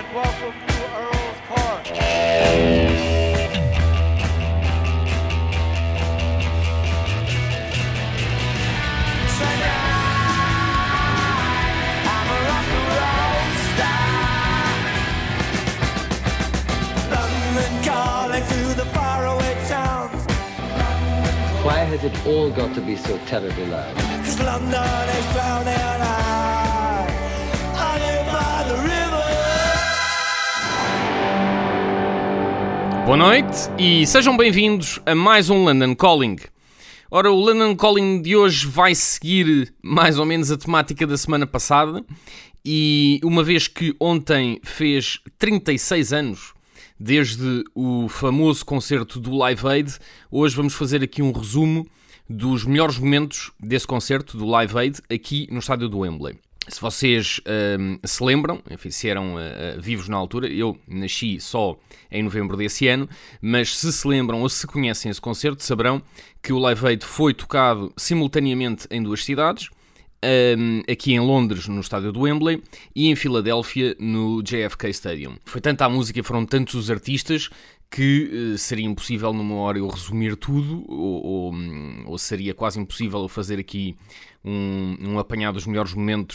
Welcome to Earl's Park. Why has it all got to be so terribly loud? 'Cause London is drowning out. I live by the river. Boa noite e sejam bem-vindos a mais um London Calling. Ora, o London Calling de hoje vai seguir mais ou menos a temática da semana passada e uma vez que ontem fez 36 anos desde o famoso concerto do Live Aid, hoje vamos fazer aqui um resumo dos melhores momentos desse concerto do Live Aid aqui no estádio do Wembley. Se vocês se lembram, enfim, se eram vivos na altura, eu nasci só em novembro desse ano, mas se lembram ou se conhecem esse concerto, saberão que o Live Aid foi tocado simultaneamente em duas cidades, aqui em Londres, no estádio do Wembley, e em Filadélfia, no JFK Stadium. Foi tanta a música, foram tantos os artistas, que seria impossível numa hora eu resumir tudo, ou seria quase impossível eu fazer aqui um apanhado dos melhores momentos